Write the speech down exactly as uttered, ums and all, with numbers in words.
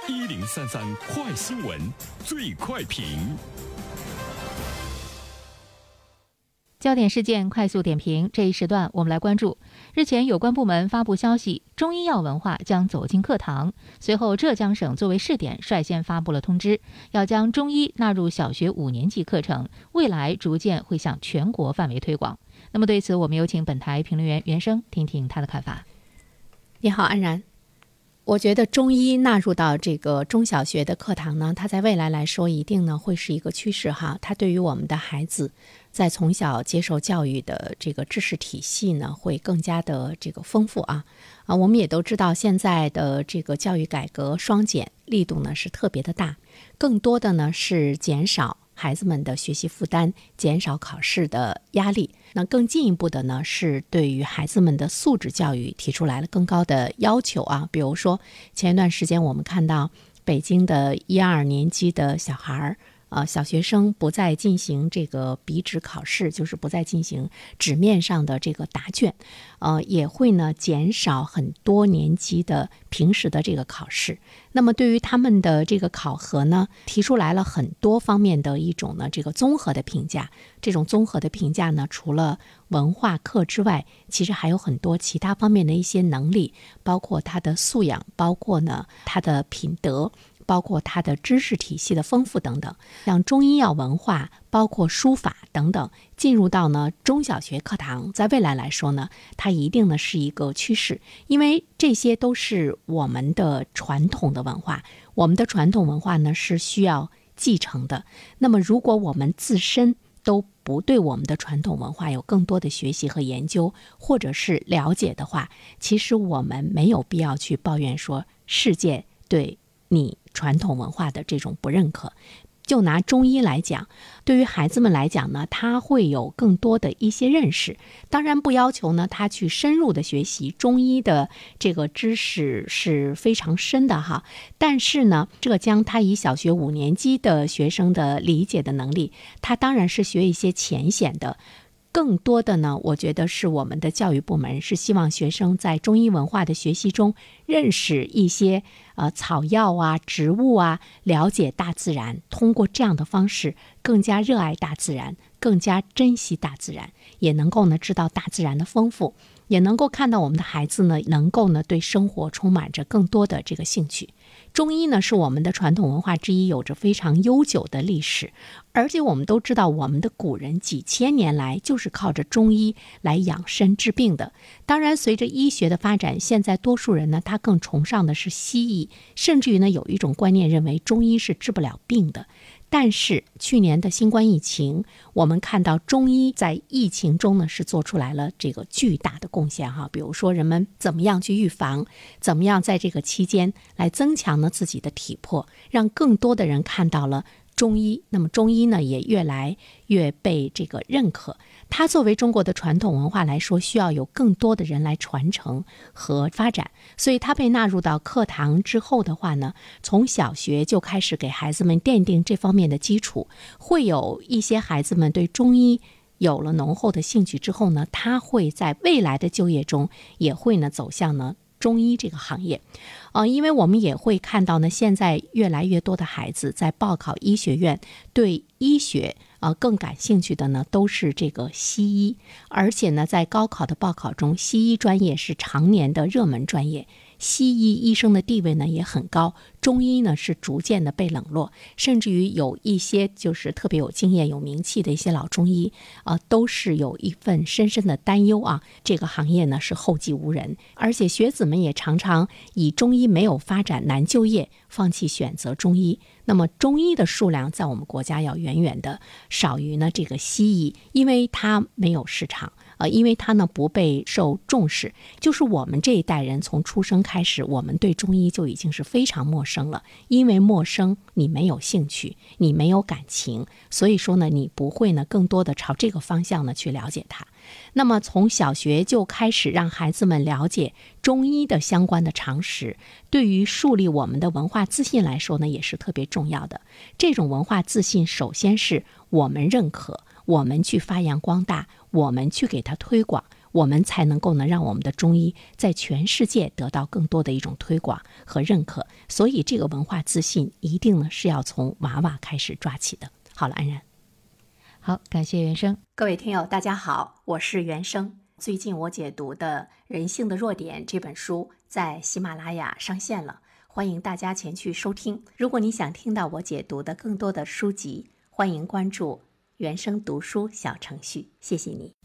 一零三三快新闻，最快评。 焦点事件快速点评，这一时段我们来关注。日前有关部门发布消息，中医药文化将走进课堂。随后浙江省作为试点，率先发布了通知，要将中医纳入小学五年级课程，未来逐渐会向全国范围推广。那么对此，我们有请本台评论员袁生听听他的看法。 你好，安然。我觉得中医纳入到这个中小学的课堂呢，它在未来来说一定呢会是一个趋势哈。它对于我们的孩子在从小接受教育的这个知识体系呢，会更加的这个丰富啊啊！我们也都知道，现在的这个教育改革双减力度呢是特别的大，更多的呢是减少孩子们的学习负担，减少考试的压力。那更进一步的呢，是对于孩子们的素质教育提出来了更高的要求啊。比如说，前一段时间我们看到北京的一二年级的小孩呃，小学生不再进行这个笔纸考试，就是不再进行纸面上的这个答卷，呃，也会呢减少很多年级的平时的这个考试。那么对于他们的这个考核呢，提出来了很多方面的一种呢这个综合的评价。这种综合的评价呢，除了文化课之外，其实还有很多其他方面的一些能力，包括他的素养，包括呢他的品德，包括它的知识体系的丰富等等，像中医药文化，包括书法等等，进入到呢中小学课堂，在未来来说呢，它一定呢是一个趋势，因为这些都是我们的传统的文化，我们的传统文化呢是需要继承的。那么如果我们自身都不对我们的传统文化有更多的学习和研究，或者是了解的话，其实我们没有必要去抱怨说世界对你传统文化的这种不认可。就拿中医来讲，对于孩子们来讲呢，他会有更多的一些认识，当然不要求呢他去深入的学习中医的这个知识是非常深的哈，但是呢浙江他以小学五年级的学生的理解的能力，他当然是学一些浅显的。更多的呢，我觉得是我们的教育部门是希望学生在中医文化的学习中认识一些呃草药啊、植物啊，了解大自然，通过这样的方式更加热爱大自然，更加珍惜大自然，也能够呢知道大自然的丰富，也能够看到我们的孩子呢能够呢对生活充满着更多的这个兴趣。中医呢是我们的传统文化之一，有着非常悠久的历史，而且我们都知道我们的古人几千年来就是靠着中医来养生治病的。当然随着医学的发展，现在多数人呢他更崇尚的是西医，甚至于呢有一种观念认为中医是治不了病的。但是去年的新冠疫情，我们看到中医在疫情中呢是做出来了这个巨大的贡献哈。比如说人们怎么样去预防，怎么样在这个期间来增强呢自己的体魄，让更多的人看到了中医。那么中医呢也越来越被这个认可，它作为中国的传统文化来说，需要有更多的人来传承和发展，所以它被纳入到课堂之后的话呢，从小学就开始给孩子们奠定这方面的基础，会有一些孩子们对中医有了浓厚的兴趣之后呢，他会在未来的就业中也会呢走向呢中医这个行业。呃，因为我们也会看到呢，现在越来越多的孩子在报考医学院，对医学呃更感兴趣的呢都是这个西医，而且呢在高考的报考中，西医专业是常年的热门专业，西医医生的地位呢也很高，中医呢是逐渐的被冷落，甚至于有一些就是特别有经验有名气的一些老中医呃都是有一份深深的担忧啊，这个行业呢是后继无人，而且学子们也常常以中医没有发展难就业，放弃选择中医。那么中医的数量在我们国家要远远的少于呢这个西医，因为它没有市场，呃，因为它呢不被受重视。就是我们这一代人从出生开始，我们对中医就已经是非常陌生了，因为陌生，你没有兴趣，你没有感情，所以说呢，你不会呢更多的朝这个方向呢去了解它。那么从小学就开始让孩子们了解中医的相关的常识，对于树立我们的文化自信来说呢，也是特别重要的。这种文化自信，首先是我们认可，我们去发扬光大，我们去给它推广， 我们才能够呢让我们的中医在全世界得到更多的一种推广和认可。所以这个文化自信一定呢是要从娃娃开始抓起的。好了，安然。 好，感谢原生。 各位听友大家好，我是原生。最近我解读的《人性的弱点》这本书在喜马拉雅上线了，欢迎大家前去收听。如果你想听到我解读的更多的书籍，欢迎关注原生读书小程序。谢谢你。